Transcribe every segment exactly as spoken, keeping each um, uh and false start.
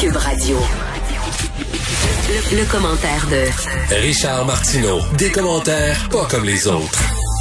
Cube Radio. Le, le commentaire de Richard Martineau. Des commentaires pas comme les autres.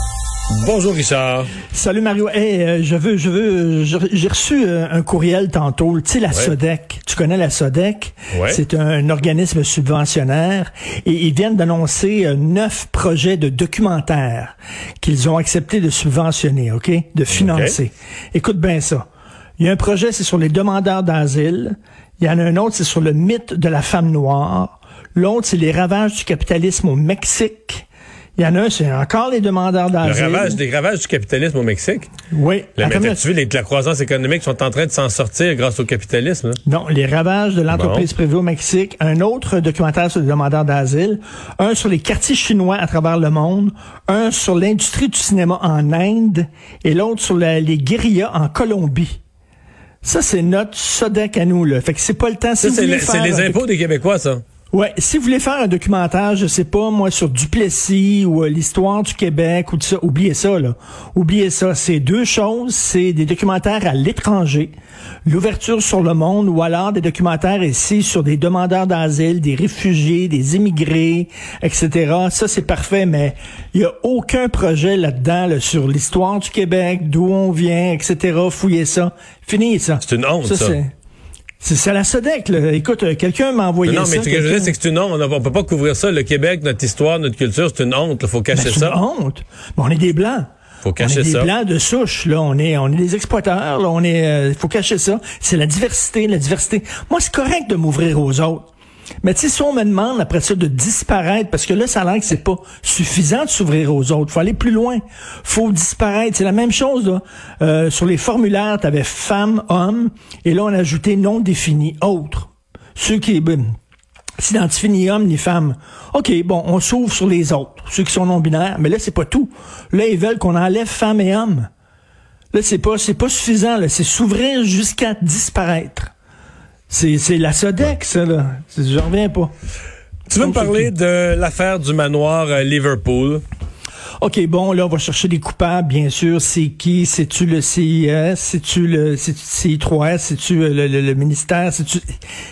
Bonjour Richard. Salut Mario. Hey, euh, je veux, je veux, j'ai reçu euh, un courriel tantôt. Tu sais, la ouais. SODEC. Tu connais la SODEC? Ouais. C'est un, un organisme subventionnaire et ils viennent d'annoncer euh, neuf projets de documentaires qu'ils ont accepté de subventionner, ok, de financer. Okay. Écoute bien ça. Il y a un projet, c'est sur les demandeurs d'asile. Il y en a un autre, c'est sur le mythe de la femme noire. L'autre, c'est les ravages du capitalisme au Mexique. Il y en a un, c'est encore les demandeurs d'asile. Le ravage, des ravages du capitalisme au Mexique? Oui. Le, mais t'as-tu vu, les, la croissance économique sont en train de s'en sortir grâce au capitalisme? Là? Non, les ravages de l'entreprise bon. privée au Mexique. Un autre documentaire sur les demandeurs d'asile. Un sur les quartiers chinois à travers le monde. Un sur l'industrie du cinéma en Inde. Et l'autre sur la, les guérillas en Colombie. Ça, c'est notre SODEC à nous, là. Fait que c'est pas le temps. Si ça, c'est, le, c'est les impôts des Québécois, ça. Ouais, si vous voulez faire un documentaire, je sais pas, moi, sur Duplessis ou euh, l'histoire du Québec ou tout ça, oubliez ça, là. Oubliez ça. C'est deux choses. C'est des documentaires à l'étranger, l'ouverture sur le monde, ou alors des documentaires ici sur des demandeurs d'asile, des réfugiés, des immigrés, et cetera. Ça, c'est parfait, mais il y a aucun projet là-dedans, là, sur l'histoire du Québec, d'où on vient, et cetera. Fouillez ça. Fini, ça. C'est une honte, ça. ça. C'est... C'est, c'est la SODEC, là. Écoute, euh, quelqu'un m'a envoyé non, ça. Non, mais ce que je veux dire, c'est que c'est une honte. On ne peut pas couvrir ça. Le Québec, notre histoire, notre culture, c'est une honte. Il faut cacher ben, c'est ça. C'est une honte. Mais on est des Blancs. Faut cacher on est ça. des Blancs de souche, là. On est, on est des exploiteurs, là. On est, euh, faut cacher ça. C'est la diversité, la diversité. Moi, c'est correct de m'ouvrir aux autres. Mais tu sais, si on me demande après ça de disparaître, parce que là, ça a l'air que c'est pas suffisant de s'ouvrir aux autres. Faut aller plus loin. Faut disparaître. C'est la même chose, là. Euh, sur les formulaires, t'avais femme, homme, et là, on a ajouté non défini, autre. Ceux qui ben, s'identifient ni homme ni femme. OK, bon, on s'ouvre sur les autres, ceux qui sont non-binaires, mais là, c'est pas tout. Là, ils veulent qu'on enlève femme et homme. Là, c'est pas, c'est pas suffisant, là. C'est s'ouvrir jusqu'à disparaître. C'est, c'est la SODEC, ça, là. C'est, je reviens pas. Tu veux me parler de l'affaire du manoir à Liverpool? OK, bon, là, on va chercher des coupables, bien sûr. C'est qui? C'est-tu le C I S? C'est-tu le c'est-tu C I trois S? C'est-tu le, le, le ministère? C'est-tu...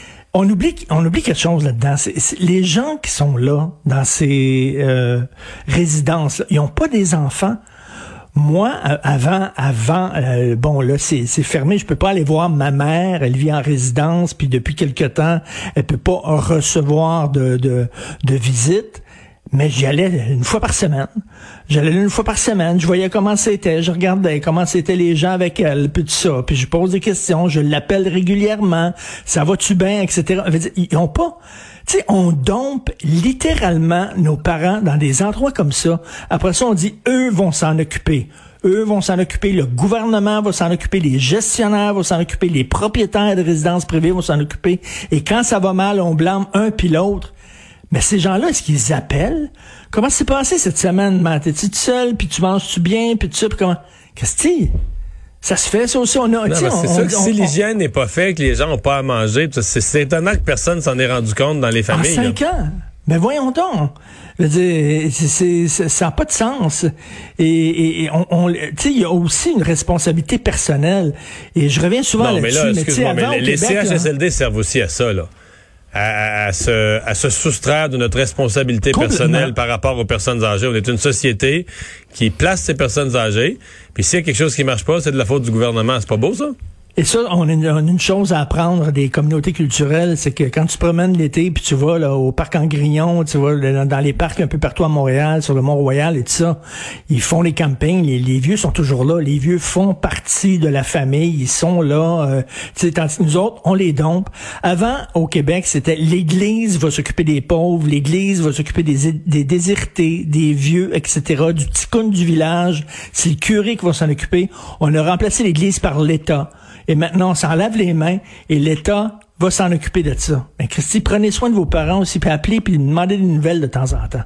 On oublie, on oublie quelque chose là-dedans. C'est, c'est, les gens qui sont là, dans ces euh, résidences, ils n'ont pas des enfants. Moi, avant, avant, euh, bon là, c'est, c'est fermé. Je peux pas aller voir ma mère. Elle vit en résidence, puis depuis quelque temps, elle peut pas recevoir de de, de visite. Mais j'y allais une fois par semaine. J'allais une fois par semaine. Je voyais comment c'était. Je regardais comment c'était les gens avec elle, puis tout ça. Puis je pose des questions. Je l'appelle régulièrement. Ça va-tu bien, et cetera. Ils ont pas... Tu sais, on dompe littéralement nos parents dans des endroits comme ça. Après ça, on dit, eux vont s'en occuper. Eux vont s'en occuper, le gouvernement va s'en occuper, les gestionnaires vont s'en occuper, les propriétaires de résidences privées vont s'en occuper. Et quand ça va mal, on blâme un puis l'autre. Mais ces gens-là, est-ce qu'ils appellent? Comment c'est passé cette semaine, man? T'es-tu tout seul, puis tu manges-tu bien, puis tout ça, puis comment... Qu'est-ce que c'est? Ça se fait, ça aussi, on a... Non, c'est on, sûr on, que on, si on, l'hygiène n'est pas faite, que les gens n'ont pas à manger, c'est, c'est étonnant que personne s'en ait rendu compte dans les familles. En cinq là. ans? Ben voyons donc. Je veux dire, c'est, c'est, c'est, ça n'a pas de sens. Et, et, et on, on tu sais, il y a aussi une responsabilité personnelle. Et je reviens souvent non, là-dessus. Mais là, excuse-moi, mais, mais les Québec, C H S L D là, servent aussi à ça, là. À, à, à, se, à se soustraire de notre responsabilité personnelle par rapport aux personnes âgées. On est une société qui place ces personnes âgées. Puis s'il y a quelque chose qui marche pas, c'est de la faute du gouvernement. C'est pas beau, ça? Et ça, on a, une, on a une chose à apprendre des communautés culturelles, c'est que quand tu promènes l'été, puis tu vas là au parc Angrignon, tu vas dans, dans les parcs un peu partout à Montréal, sur le Mont-Royal et tout ça, ils font les campings, les, les vieux sont toujours là, les vieux font partie de la famille, ils sont là, euh, tu sais, tandis que nous autres, on les dompe. Avant, au Québec, c'était l'Église va s'occuper des pauvres, l'Église va s'occuper des, des déshérités, des vieux, et cetera, du ticoun du village, c'est le curé qui va s'en occuper. On a remplacé l'Église par l'État. Et maintenant, on s'en lave les mains et l'État va s'en occuper de ça. Mais Christy, prenez soin de vos parents aussi, puis appelez, puis demandez des nouvelles de temps en temps.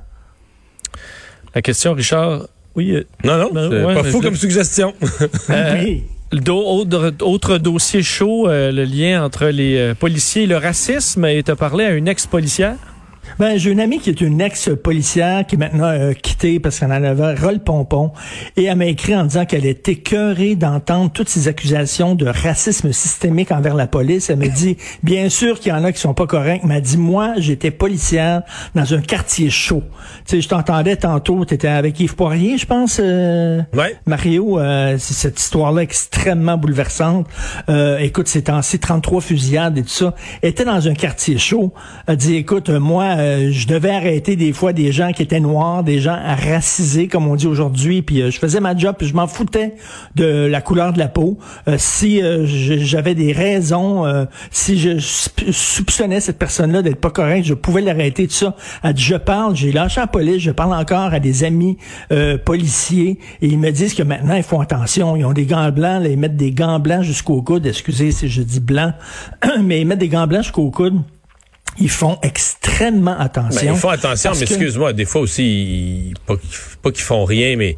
La question, Richard, oui. Euh, non, non, ben, c'est ouais, pas fou comme suggestion. euh, oui. Autre, autre dossier chaud, euh, le lien entre les euh, policiers et le racisme. Et tu as parlé à une ex-policière? Ben, j'ai une amie qui est une ex-policière qui maintenant a quitté parce qu'elle en avait ras le pompon. Et elle m'a écrit en disant qu'elle était écœurée d'entendre toutes ces accusations de racisme systémique envers la police. Elle m'a dit, bien sûr qu'il y en a qui sont pas corrects. Elle m'a dit, moi, j'étais policière dans un quartier chaud. Tu sais, je t'entendais tantôt, t'étais avec Yves Poirier, je pense, euh, ouais. Mario. Euh, c'est cette histoire-là extrêmement bouleversante. Euh, écoute, c'est en C trente-trois fusillades et tout ça. Elle était dans un quartier chaud. Elle dit, écoute, moi, Euh, je devais arrêter des fois des gens qui étaient noirs, des gens racisés, comme on dit aujourd'hui, puis euh, je faisais ma job, puis je m'en foutais de la couleur de la peau. Euh, si euh, j'avais des raisons, euh, si je soupçonnais cette personne-là d'être pas correcte, je pouvais l'arrêter, tout ça. Elle dit, je parle, j'ai lâché la police, je parle encore à des amis euh, policiers, et ils me disent que maintenant, ils font attention, ils ont des gants blancs, là, ils mettent des gants blancs jusqu'au coude, excusez si je dis blanc, mais ils mettent des gants blancs jusqu'au coude. Ils font extrêmement attention. Ben, ils font attention, mais excuse-moi, des fois aussi, ils, pas, pas qu'ils font rien, mais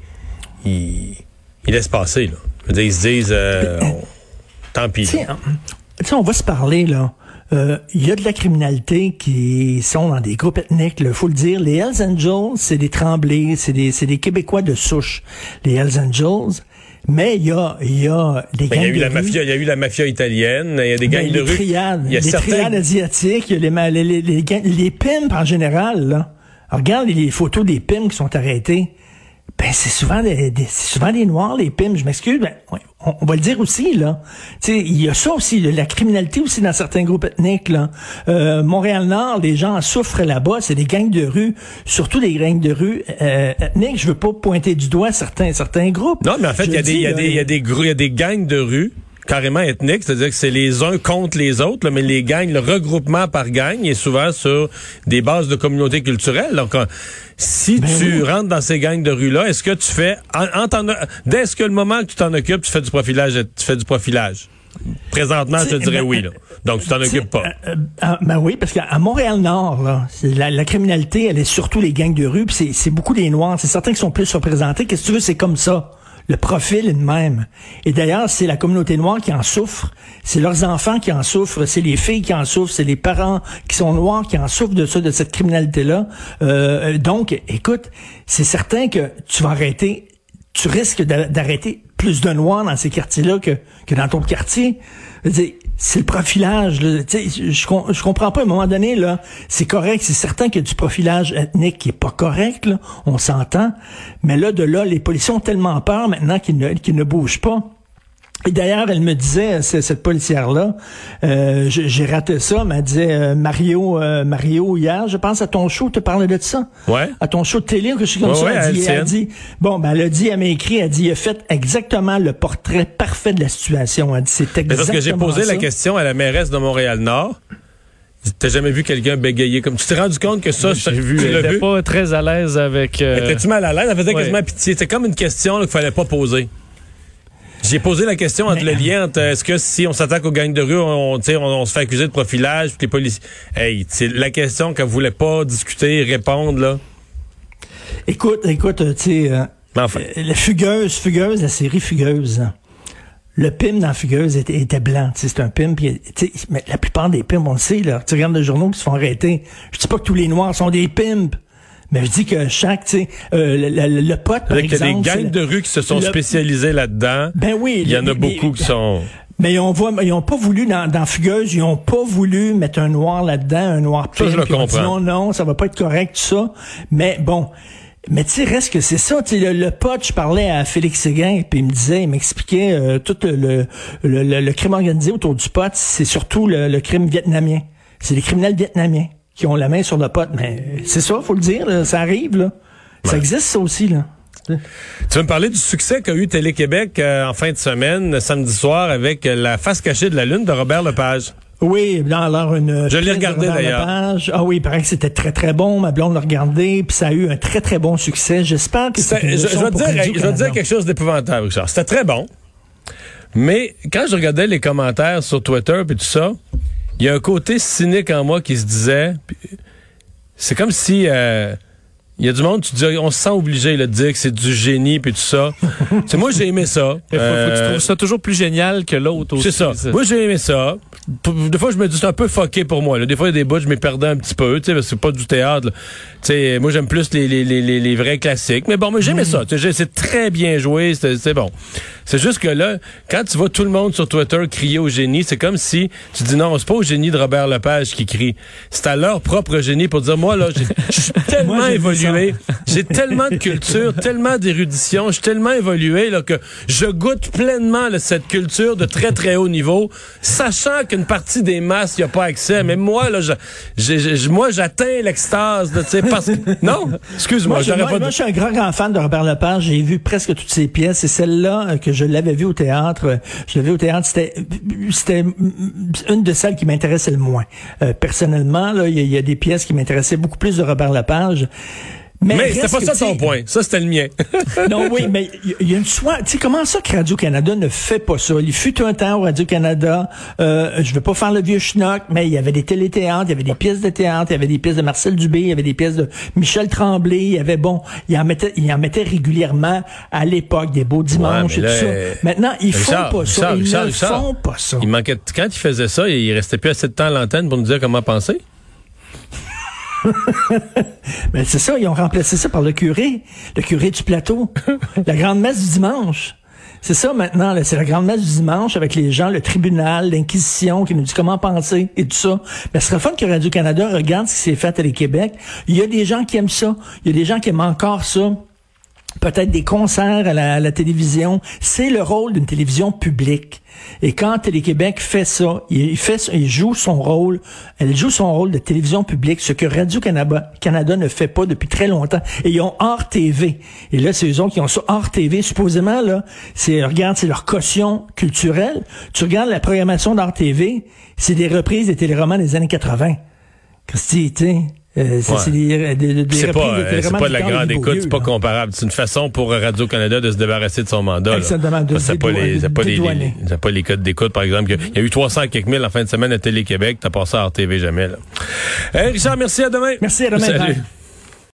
ils, ils laissent passer. Là. Je veux dire, ils se disent, euh, on, tant pis. Tu sais, on va se parler, là. Il euh, y a de la criminalité qui sont dans des groupes ethniques, il faut le dire. Les Hells Angels, c'est des Tremblay, c'est des, c'est des Québécois de souche. Les Hells Angels... Mais il y a, il y a des gangs de rue. Il y a eu la mafia, il y a eu la mafia italienne, il y a des gangs ben, de rue. Triades, il y a les certains... triades asiatiques, il y a les, les, les, les, les pimps en général, là. Alors, regarde les photos des pimps qui sont arrêtés. Ben, c'est souvent des, des, c'est souvent des Noirs, les pimps. Je m'excuse, ben, on, on va le dire aussi, là. Tu sais, il y a ça aussi, la criminalité aussi dans certains groupes ethniques, là. Euh, Montréal-Nord, les gens en souffrent là-bas, c'est des gangs de rue, surtout des gangs de rue euh, ethniques. Je veux pas pointer du doigt certains, certains groupes. Non, mais en fait, il y a des, il y a des, il y a des, il y a des gangs de rue carrément ethniques, c'est-à-dire que c'est les uns contre les autres, là, mais les gangs, le regroupement par gang est souvent sur des bases de communauté culturelle. Donc, si ben tu oui. rentres dans ces gangs de rue-là, est-ce que tu fais, en, en t'en, dès ce que le moment que tu t'en occupes, tu fais du profilage, tu fais du profilage? Présentement, t'sais, je te dirais ben, oui, là. Donc, tu t'en occupes pas. Euh, euh, ben oui, parce qu'à Montréal-Nord, là, la, la criminalité, elle est surtout les gangs de rue, puis c'est, c'est beaucoup des Noirs. C'est certains qui sont plus représentés. Qu'est-ce que tu veux, c'est comme ça. Le profil est le même. Et d'ailleurs, c'est la communauté noire qui en souffre. C'est leurs enfants qui en souffrent. C'est les filles qui en souffrent. C'est les parents qui sont noirs qui en souffrent de ça, de cette criminalité-là. Euh, donc, écoute, c'est certain que tu vas arrêter, tu risques d'arrêter plus de noirs dans ces quartiers-là que, que dans ton quartier. Je veux dire, c'est le profilage. Là. Je, je, je comprends pas, à un moment donné, là, c'est correct, c'est certain qu'il y a du profilage ethnique qui est pas correct, là, on s'entend. Mais là, de là, les policiers ont tellement peur maintenant qu'ils ne, qu'ils ne bougent pas. Et d'ailleurs, elle me disait, cette policière-là, euh, j'ai raté ça, mais elle disait, euh, Mario, euh, Mario, hier, je pense à ton show, tu parlais de ça? Ouais. À ton show de télé, quelque chose comme ouais, ça. Ouais, elle, dit, elle, elle dit, bon, ben, elle a dit, elle m'a écrit, elle dit, il a fait exactement le portrait parfait de la situation. Elle dit, c'est exactement ça. Parce que j'ai posé ça. la question à la mairesse de Montréal-Nord. T'as jamais vu quelqu'un bégayer comme... Tu t'es rendu compte que ça, j'ai vu. Tu l'as vu? Pas très à l'aise avec... Euh... Étais-tu mal à l'aise? Elle faisait ouais. quasiment pitié. C'était comme une question là, qu'il fallait pas poser. J'ai posé la question entre mais, le lien entre est-ce que si on s'attaque aux gangs de rue, on, on, on, on se fait accuser de profilage, puis les policiers. Hey, c'est la question qu'elle voulait pas discuter, répondre là. Écoute, écoute, tu sais, euh, enfin. la Fugueuse, Fugueuse, la série Fugueuse. Hein. Le pimp dans Fugueuse était, était blanc, c'est un pimp. Mais la plupart des pimps, on le sait, là. Tu regardes les journaux qui se font arrêter. Je dis pas que tous les Noirs sont des pimps. Mais je dis que chaque, tu sais, euh, le, le, le pote, par exemple... Il y a des gangs de rue qui se sont le... spécialisés là-dedans. Ben oui. Il y en a mais, beaucoup mais, qui sont... Mais on voit, ils ont pas voulu, dans, dans Fugueuse, ils ont pas voulu mettre un noir là-dedans, un noir pimp. Ça, je le comprends. Non, non, ça va pas être correct, tout ça. Mais bon... Mais tu sais, reste que c'est ça. Tu sais, le, le pote, je parlais à Félix Séguin, puis il me disait, il m'expliquait euh, tout le, le, le, le crime organisé autour du pote, c'est surtout le, le crime vietnamien. C'est les criminels vietnamiens qui ont la main sur le pote. Mais c'est ça, faut le dire, là, ça arrive, là. Ouais. Ça existe, ça aussi, là. Tu veux me parler du succès qu'a eu Télé-Québec euh, en fin de semaine, samedi soir, avec euh, La face cachée de la Lune de Robert Lepage? Oui, alors une... Je l'ai regardé d'ailleurs. Lepage. Ah oui, il paraît que c'était très très bon. Ma blonde l'a regardé, puis ça a eu un très très bon succès. J'espère que c'est une je, je vais te dire, je vais dire quelque chose d'épouvantable, Richard. C'était très bon, mais quand je regardais les commentaires sur Twitter puis tout ça, il y a un côté cynique en moi qui se disait, c'est comme si euh, Il y a du monde, tu dis, on se sent obligé là, de dire que c'est du génie puis tout ça. C'est moi j'ai aimé ça. Il faut, euh, faut que tu trouves ça toujours plus génial que l'autre aussi. C'est ça. ça. Moi j'ai aimé ça. Des fois je me dis c'est un peu fucké pour moi. Là. Des fois il y a des bouts je m'y perdais un petit peu, tu sais, parce que c'est pas du théâtre. Tu sais, moi j'aime plus les, les, les, les vrais classiques. Mais bon, moi j'aimais mmh. ça. C'est très bien joué, c'est, c'est bon. C'est juste que là, quand tu vois tout le monde sur Twitter crier au génie, c'est comme si tu dis non, c'est pas au génie de Robert Lepage qui crie. C'est à leur propre génie pour dire moi là, je suis tellement moi, évolué, j'ai tellement de culture, tellement d'érudition, je suis tellement évolué là que je goûte pleinement là, cette culture de très très haut niveau, sachant qu'une partie des masses y a pas accès. Mais moi là, je, je, je moi j'atteins l'extase, tu sais, parce que non, excuse-moi, moi, j'aurais moi, pas. Moi, je suis un grand grand fan de Robert Lepage. J'ai vu presque toutes ses pièces. Et celle-là que je l'avais vue au théâtre, je l'avais vu au théâtre, c'était c'était une de celles qui m'intéressait le moins. Euh, personnellement, là, il y, y a des pièces qui m'intéressaient beaucoup plus de Robert Lepage. Mais, mais c'était pas ça ton point. Ça, c'était le mien. Non, oui, mais il y, y a une soie. Tu sais, comment ça que Radio-Canada ne fait pas ça? Il fut un temps au Radio-Canada, euh, je veux pas faire le vieux schnock, mais il y avait des téléthéâtres, il y avait des pièces de théâtre, il y avait des pièces de Marcel Dubé, il y avait des pièces de Michel Tremblay, il y avait, bon, il en mettait, il en mettait régulièrement à l'époque, des beaux dimanches ouais, et là, tout ça. Maintenant, ils Richard, font pas Richard, ça. Ils Richard, ne Richard, font pas ça. Il manquait, quand ils faisaient ça, il restait plus assez de temps à l'antenne pour nous dire comment penser. Mais c'est ça, ils ont remplacé ça par le curé, le curé du plateau, la grande messe du dimanche. C'est ça maintenant, là, c'est la grande messe du dimanche avec les gens, le tribunal, l'inquisition qui nous dit comment penser et tout ça. Mais ce serait fun que Radio-Canada regarde ce qui s'est fait à Télé-Québec. Il y a des gens qui aiment ça, il y a des gens qui aiment encore ça. Peut-être des concerts à la, à la télévision. C'est le rôle d'une télévision publique. Et quand Télé-Québec fait ça, il fait, il joue son rôle, elle joue son rôle de télévision publique, ce que Radio-Canada Canada ne fait pas depuis très longtemps. Et ils ont hors T V. Et là, c'est eux autres qui ont ça hors T V. Supposément, là, c'est, regarde, c'est leur caution culturelle. Tu regardes la programmation d'hors T V, c'est des reprises des téléromans des années quatre-vingts. Christy, tu sais. Euh, c'est, ouais. c'est des, des, des c'est pas, de c'est pas de la grande écoute, c'est pas comparable. C'est une façon pour Radio-Canada de se débarrasser de son mandat. Exactement, de ça n'a pas, les, ça pas, les, les, ça pas les codes d'écoute, par exemple. Il y a eu trois cents quelques mille en fin de semaine à Télé-Québec. T'as passé à R T V jamais, là. Hey, Richard, merci, à demain. Merci, à demain. Salut.